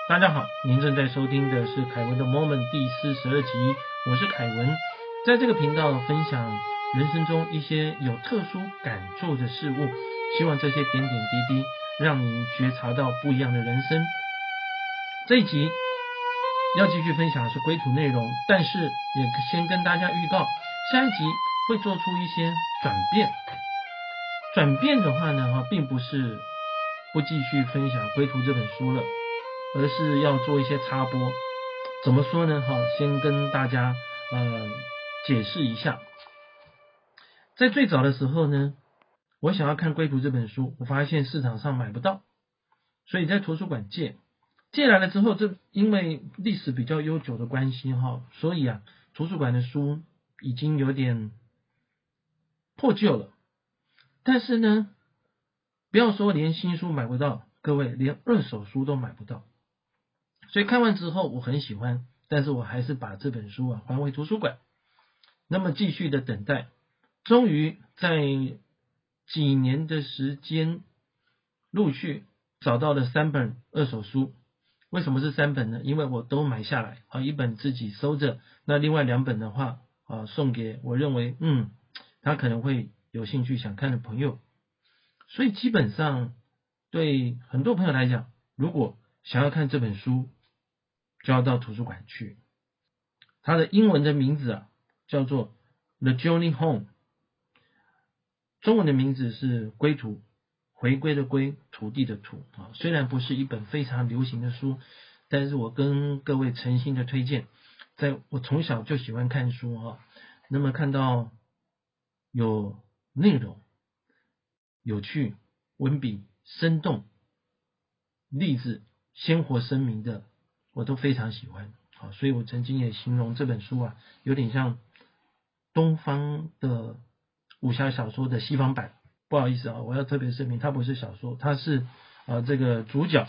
大家好，您正在收听的是凯文的 Moment 第42集，我是凯文，在这个频道分享人生中一些有特殊感触的事物，希望这些点点滴滴让您觉察到不一样的人生。这一集要继续分享的是归途内容，但是也先跟大家预告，下一集会做出一些转变。转变的话呢，并不是不继续分享归途这本书了，而是要做一些插播。怎么说呢？先跟大家解释一下。在最早的时候呢，我想要看归途这本书，我发现市场上买不到，所以在图书馆借来了之后，这因为历史比较悠久的关系所以图书馆的书已经有点破旧了。但是呢，不要说连新书买不到，各位连二手书都买不到。所以看完之后我很喜欢，但是我还是把这本书还回图书馆。那么继续的等待，终于在几年的时间陆续找到了3本二手书。为什么是3本呢？因为我都买下来，一本自己收着，那另外2本的话送给我认为他可能会有兴趣想看的朋友。所以基本上对很多朋友来讲，如果想要看这本书，就要到图书馆去。它的英文的名字叫做 The Journey Home， 中文的名字是归途，回归的归，土地的土虽然不是一本非常流行的书，但是我跟各位诚心的推荐。在我从小就喜欢看书那么看到有内容、有趣、文笔生动、励志、鲜活生命的，我都非常喜欢所以我曾经也形容这本书有点像东方的武侠小说的西方版。不好意思我要特别声明，它不是小说，它是这个主角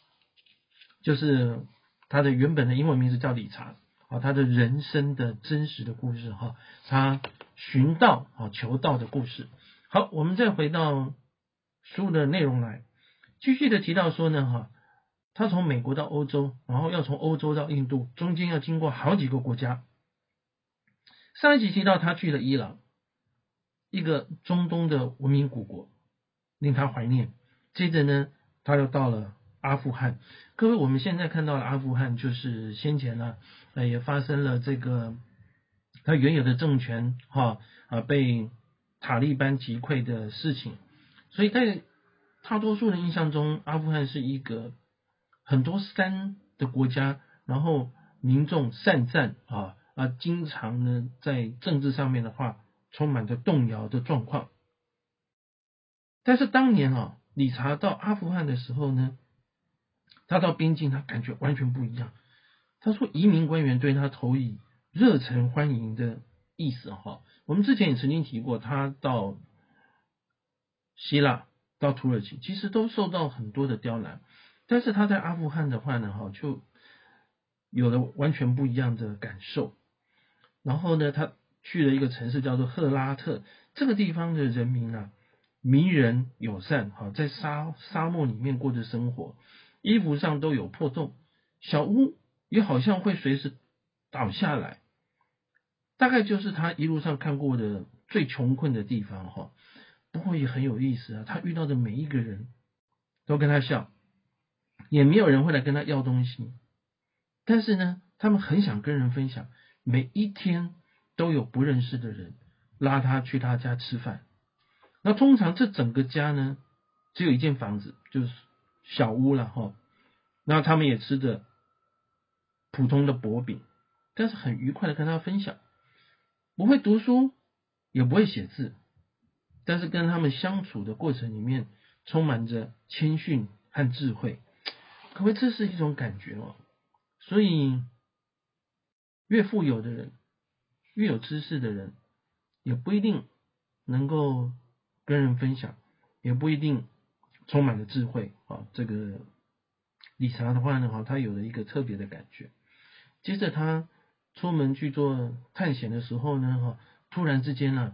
就是他的原本的英文名字叫理查他的人生的真实的故事他寻道求道的故事。好，我们再回到书的内容来，继续的提到说呢他从美国到欧洲，然后要从欧洲到印度，中间要经过好几个国家。上一集提到他去了伊朗，一个中东的文明古国，令他怀念。接着呢，他又到了阿富汗。各位，我们现在看到的阿富汗，就是先前也发生了这个他原有的政权被塔利班击溃的事情。所以在大多数人印象中，阿富汗是一个很多山的国家，然后民众善战经常呢在政治上面的话充满着动摇的状况。但是当年理查到阿富汗的时候呢，他到边境他感觉完全不一样。他说移民官员对他投以热忱欢迎的意思我们之前也曾经提过，他到希腊到土耳其其实都受到很多的刁难，但是他在阿富汗的话呢就有了完全不一样的感受。然后呢，他去了一个城市叫做赫拉特，这个地方的人民迷人友善在沙漠里面过着生活，衣服上都有破洞，小屋也好像会随时倒下来，大概就是他一路上看过的最穷困的地方不过也很有意思他遇到的每一个人都跟他笑，也没有人会来跟他要东西，但是呢他们很想跟人分享，每一天都有不认识的人拉他去他家吃饭。那通常这整个家呢只有一间房子，就是小屋了那他们也吃着普通的薄饼，但是很愉快的跟他分享。不会读书也不会写字，但是跟他们相处的过程里面充满着谦逊和智慧。可谓这是一种感觉所以越富有的人，越有知识的人，也不一定能够跟人分享，也不一定充满了智慧这个理查的话呢他有了一个特别的感觉。接着他出门去做探险的时候呢突然之间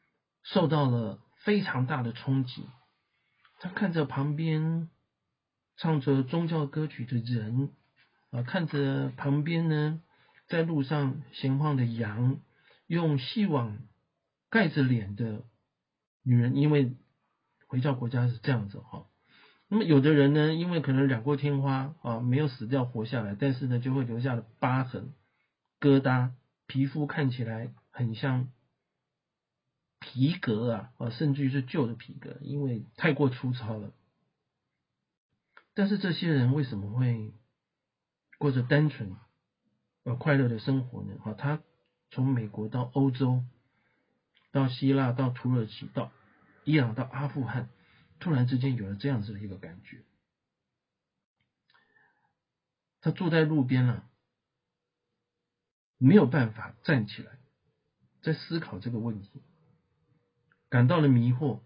受到了非常大的冲击。他看着旁边唱着宗教歌曲的人看着旁边呢在路上闲晃的羊，用细网盖着脸的女人，因为回教国家是这样子那么有的人呢，因为可能染过天花没有死掉活下来，但是呢就会留下了疤痕、疙瘩，皮肤看起来很像皮革甚至于是旧的皮革，因为太过粗糙了。但是这些人为什么会过着单纯快乐的生活呢？他从美国到欧洲，到希腊，到土耳其，到伊朗，到阿富汗，突然之间有了这样子的一个感觉。他坐在路边了，没有办法站起来，在思考这个问题，感到了迷惑。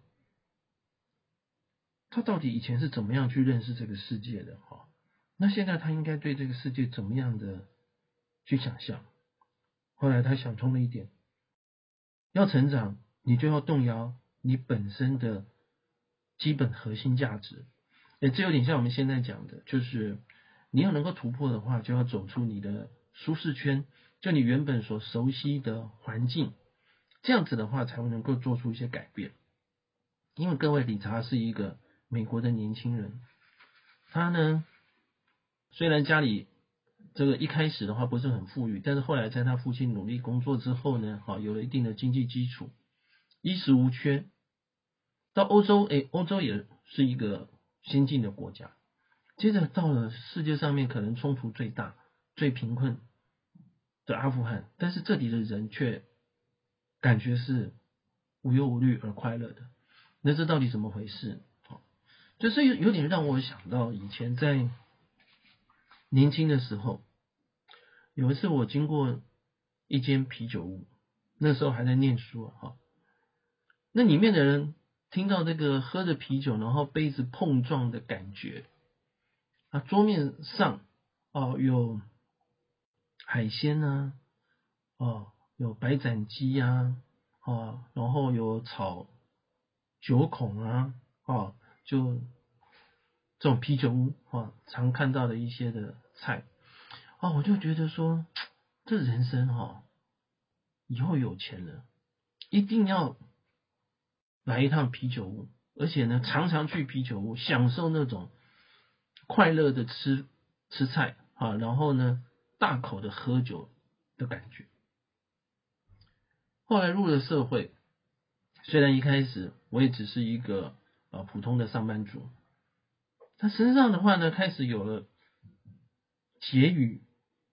他到底以前是怎么样去认识这个世界的？那现在他应该对这个世界怎么样的去想象？后来他想通了一点，要成长，你就要动摇你本身的基本核心价值。这有点像我们现在讲的，就是你要能够突破的话，就要走出你的舒适圈，就你原本所熟悉的环境，这样子的话才会能够做出一些改变。因为各位，理查是一个美国的年轻人，他呢虽然家里这个一开始的话不是很富裕，但是后来在他父亲努力工作之后呢，有了一定的经济基础，衣食无缺。到欧洲，欧洲也是一个先进的国家。接着到了世界上面可能冲突最大、最贫困的阿富汗，但是这里的人却感觉是无忧无虑而快乐的。那这到底怎么回事？就是有点让我想到以前在年轻的时候，有一次我经过一间啤酒屋，那时候还在念书那里面的人听到这个喝着啤酒，然后杯子碰撞的感觉桌面上有海鲜有白斩鸡然后有炒九孔就这种啤酒屋常看到的一些的菜我就觉得说，这人生以后有钱了，一定要来一趟啤酒屋，而且呢，常常去啤酒屋，享受那种快乐的吃菜然后呢，大口的喝酒的感觉。后来入了社会，虽然一开始我也只是一个普通的上班族，他身上的话呢，开始有了结余。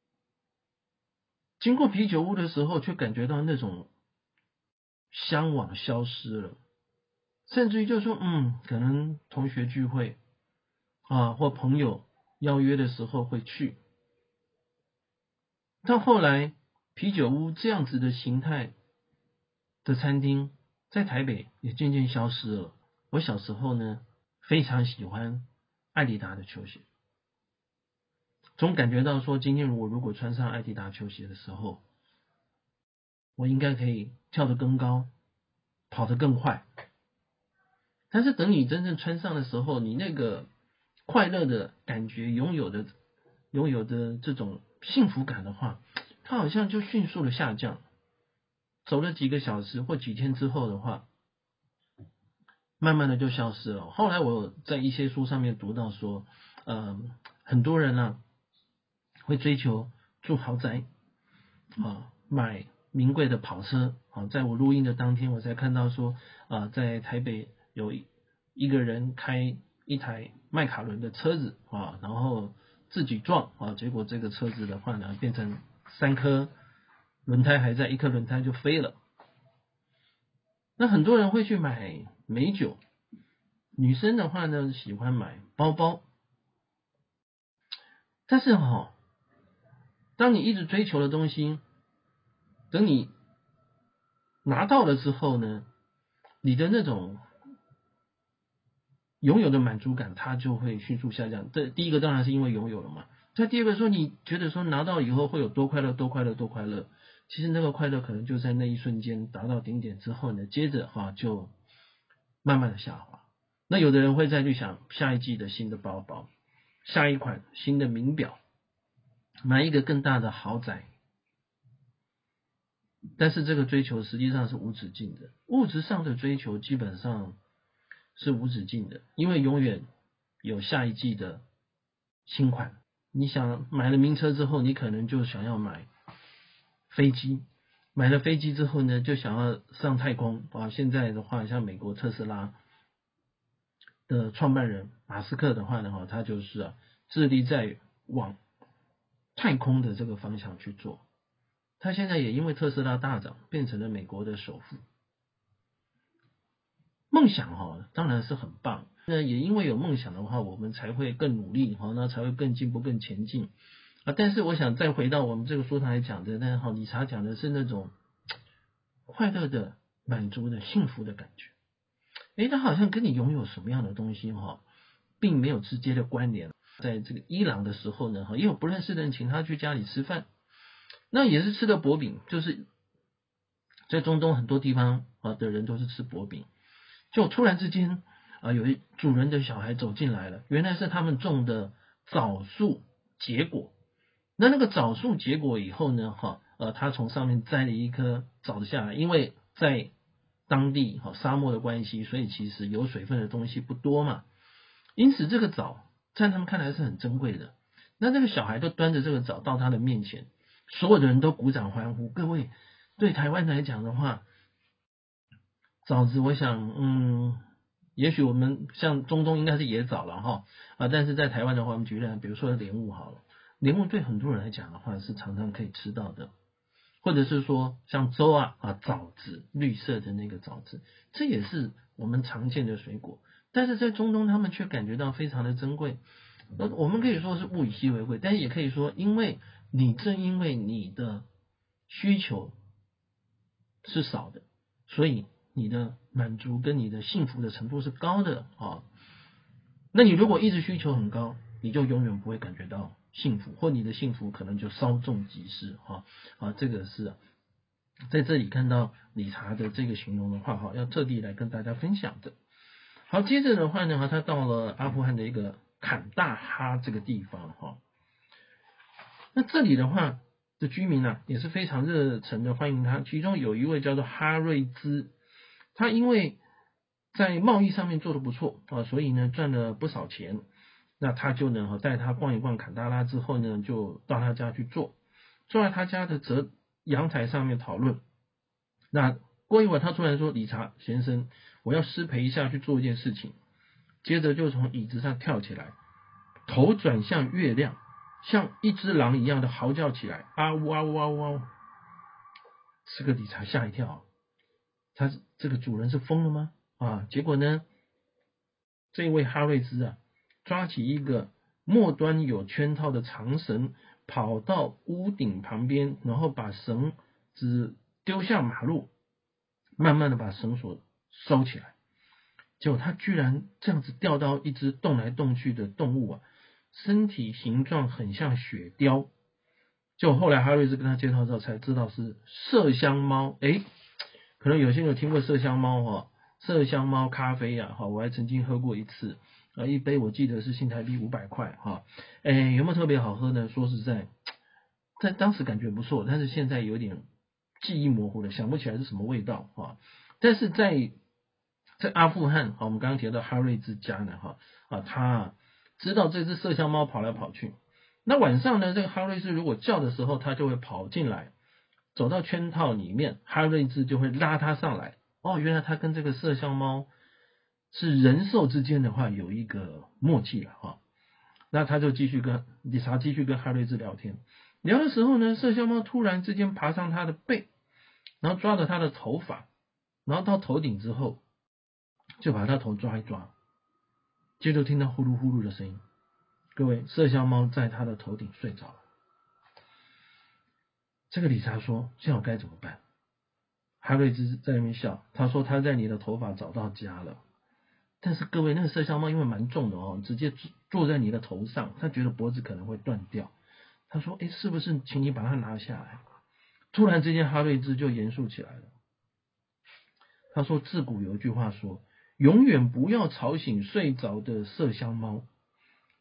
经过啤酒屋的时候，却感觉到那种向往消失了，甚至于就说可能同学聚会或朋友邀约的时候会去，到后来啤酒屋这样子的形态的餐厅在台北也渐渐消失了。我小时候呢非常喜欢艾迪达的球鞋，总感觉到说今天我如果穿上艾迪达球鞋的时候，我应该可以跳得更高，跑得更快。但是等你真正穿上的时候，你那个快乐的感觉，拥有的这种幸福感的话，它好像就迅速的下降。走了几个小时或几天之后的话，慢慢的就消失了。后来我在一些书上面读到说，很多人会追求住豪宅买名贵的跑车在我录音的当天，我才看到说在台北有一个人开一台迈卡伦的车子然后自己撞结果这个车子的话呢，变成3颗轮胎还在，1颗轮胎就飞了。那很多人会去买美酒，女生的话呢喜欢买包包，但是当你一直追求的东西，等你拿到了之后呢，你的那种拥有的满足感它就会迅速下降。这第一个当然是因为拥有了嘛，再第二个说你觉得说拿到以后会有多快乐多快乐多快乐，其实那个快乐可能就在那一瞬间达到顶点之后呢，接着就慢慢的下滑。那有的人会再去想下一季的新的包包， 下一款新的名表，买一个更大的豪宅。但是这个追求实际上是无止境的，物质上的追求基本上是无止境的，因为永远有下一季的新款。你想买了名车之后，你可能就想要买飞机，买了飞机之后呢，就想要上太空啊。现在的话，像美国特斯拉的创办人马斯克的话呢，他就是致力在往太空的这个方向去做。他现在也因为特斯拉大涨，变成了美国的首富。梦想当然是很棒，那也因为有梦想的话，我们才会更努力，那才会更进步、更前进啊。但是我想再回到我们这个书堂来讲的，但理查讲的是那种快乐的、满足的、幸福的感觉。它好像跟你拥有什么样的东西并没有直接的关联。在这个伊朗的时候呢，也有不认识的人请他去家里吃饭，那也是吃的薄饼，就是在中东很多地方的人都是吃薄饼。就突然之间有一主人的小孩走进来了，原来是他们种的枣树结果。那个枣树结果以后呢，他从上面摘了一颗枣子下来，因为在当地沙漠的关系，所以其实有水分的东西不多嘛，因此这个枣在他们看来是很珍贵的。那这个小孩就端着这个枣到他的面前，所有的人都鼓掌欢呼。各位，对台湾来讲的话，枣子我想也许我们像中东应该是野枣了但是在台湾的话，我们举例比如说莲雾好了，莲雾对很多人来讲的话是常常可以吃到的，或者是说像粥枣子，绿色的那个枣子，这也是我们常见的水果，但是在中东他们却感觉到非常的珍贵。我们可以说是物以稀为贵，但是也可以说因为你的需求是少的，所以你的满足跟你的幸福的程度是高的那你如果一直需求很高，你就永远不会感觉到幸福，或你的幸福可能就稍纵即逝这个是在这里看到理查的这个形容的话要特地来跟大家分享的。好，接着的话呢，他到了阿富汗的一个坎大哈这个地方那这里的话的居民也是非常热忱的欢迎他，其中有一位叫做哈瑞兹，他因为在贸易上面做得不错所以呢赚了不少钱。那他就呢带他逛一逛坎大拉之后呢，就到他家去坐在他家的阳台上面讨论。那过一会儿他突然说，理查先生，我要失陪一下去做一件事情。接着就从椅子上跳起来，头转向月亮，像一只狼一样的嚎叫起来，啊呜啊呜啊呜啊呜。这个理查吓一跳，他这个主人是疯了吗结果呢，这位哈瑞兹抓起一个末端有圈套的长绳，跑到屋顶旁边，然后把绳子丢下马路，慢慢的把绳索收起来。结果他居然这样子钓到一只动来动去的动物身体形状很像雪貂。就后来哈瑞兹跟他介绍之后才知道是麝香猫。可能有些人有听过麝香猫麝香猫咖啡我还曾经喝过一次一杯我记得是新台币500块有没有特别好喝呢？说实在，在当时感觉不错，但是现在有点记忆模糊了，想不起来是什么味道但是在阿富汗我们刚刚提到哈瑞兹家呢他知道这只麝香猫跑来跑去。那晚上呢，这个哈瑞兹如果叫的时候，他就会跑进来，走到圈套里面，哈瑞兹就会拉他上来。原来他跟这个麝香猫是人兽之间的话有一个默契了那他就继续跟理查哈瑞兹聊天。聊的时候呢，麝香猫突然之间爬上他的背，然后抓着他的头发，然后到头顶之后就把他头抓一抓，接着听到呼噜呼噜的声音。各位，麝香猫在他的头顶睡着了。这个理查说，现在我该怎么办？哈瑞兹在那边笑，他说他在你的头发找到家了。但是各位，那个麝香猫因为蛮重的直接坐在你的头上，他觉得脖子可能会断掉。他说是不是请你把它拿下来？突然之间哈瑞兹就严肃起来了。他说自古有一句话说，永远不要吵醒睡着的麝香猫，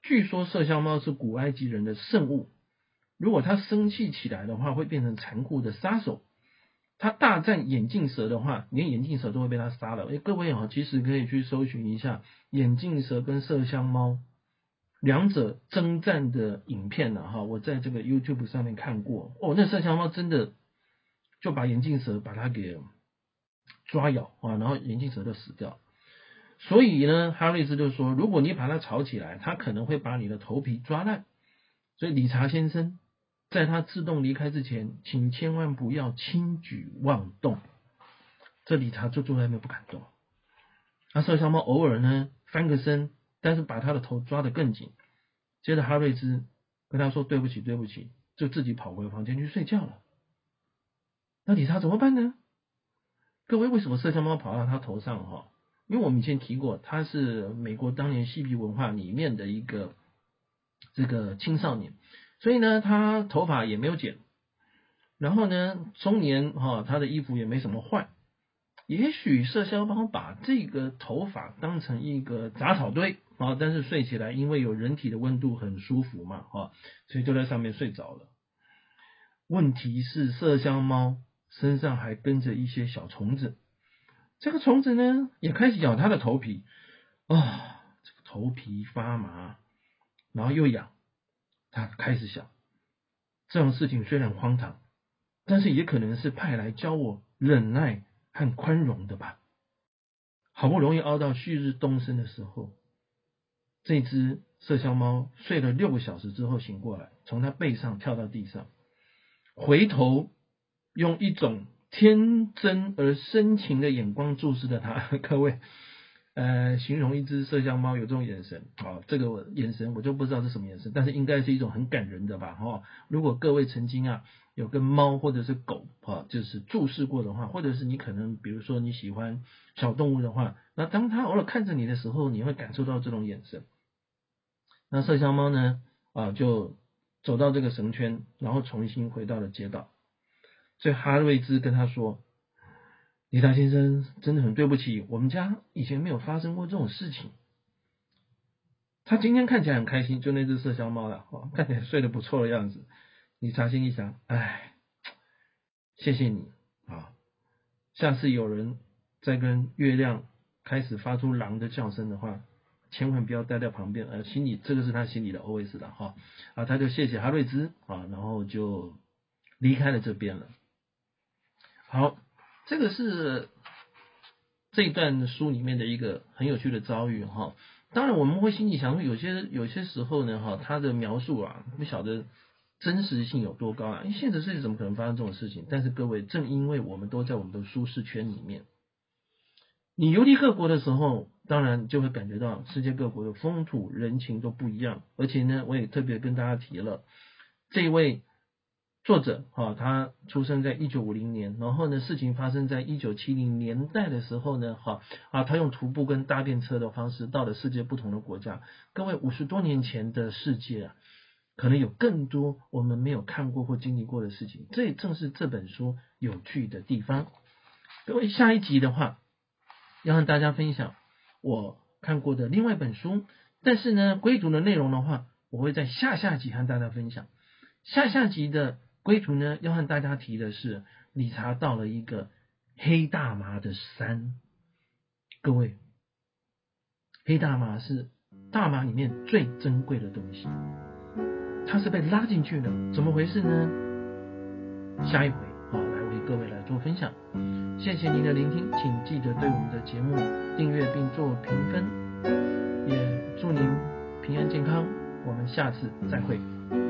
据说麝香猫是古埃及人的圣物，如果它生气起来的话，会变成残酷的杀手。它大战眼镜蛇的话，连眼镜蛇都会被它杀了。各位其实可以去搜寻一下眼镜蛇跟麝香猫两者征战的影片我在这个 YouTube 上面看过。那麝香猫真的就把眼镜蛇把它给抓咬然后眼镜蛇就死掉。所以呢，哈瑞兹就说，如果你把它吵起来，它可能会把你的头皮抓烂。所以理查先生在他自动离开之前，请千万不要轻举妄动。这理查就坐在那边不敢动。麝香猫偶尔呢翻个身，但是把他的头抓得更紧。接着哈瑞兹跟他说对不起对不起，就自己跑回房间去睡觉了。那理查怎么办呢？各位，为什么麝香猫跑到他头上因为我们以前提过，他是美国当年嬉皮文化里面的一个这个青少年，所以呢他头发也没有剪，然后呢中年他的衣服也没什么换。也许麝香猫把这个头发当成一个杂草堆但是睡起来因为有人体的温度很舒服嘛所以就在上面睡着了。问题是麝香猫身上还跟着一些小虫子，这个虫子呢也开始咬它的头皮这个头皮发麻，然后又痒。他开始想，这种事情虽然荒唐，但是也可能是派来教我忍耐和宽容的吧。好不容易熬到旭日东升的时候，这只麝香猫睡了6个小时之后醒过来，从它背上跳到地上，回头用一种天真而深情的眼光注视着它。各位形容一只麝香猫有这种眼神这个眼神我就不知道是什么眼神，但是应该是一种很感人的吧如果各位曾经有跟猫或者是狗就是注视过的话，或者是你可能比如说你喜欢小动物的话，那当它偶尔看着你的时候，你会感受到这种眼神。那麝香猫呢就走到这个绳圈，然后重新回到了街道。所以哈瑞兹跟他说，理查先生真的很对不起，我们家以前没有发生过这种事情。他今天看起来很开心，就那只麝香猫看起来睡得不错的样子。理查心里想，谢谢你下次有人再跟月亮开始发出狼的叫声的话，千万不要待在旁边。心里这个是他心里的 OS 的他就谢谢哈瑞兹然后就离开了这边了。好，这个是这一段书里面的一个很有趣的遭遇当然我们会心里想说，有些时候呢他的描述不晓得真实性有多高现实世界怎么可能发生这种事情？但是各位，正因为我们都在我们的舒适圈里面，你游历各国的时候，当然就会感觉到世界各国的风土人情都不一样。而且呢，我也特别跟大家提了，这位作者他出生在1950年，然后呢事情发生在1970年代的时候呢他用徒步跟搭便车的方式到了世界不同的国家。各位，50多年前的世界可能有更多我们没有看过或经历过的事情，这也正是这本书有趣的地方。各位，下一集的话要和大家分享我看过的另外一本书，但是呢归族的内容的话，我会在下集和大家分享。下集的归族呢要和大家提的是，理查到了一个黑大麻的山。各位，黑大麻是大麻里面最珍贵的东西，它是被拉进去的，怎么回事呢？下一回来为各位来做分享。谢谢您的聆听，请记得对我们的节目订阅并做评分，也祝您平安健康，我们下次再会。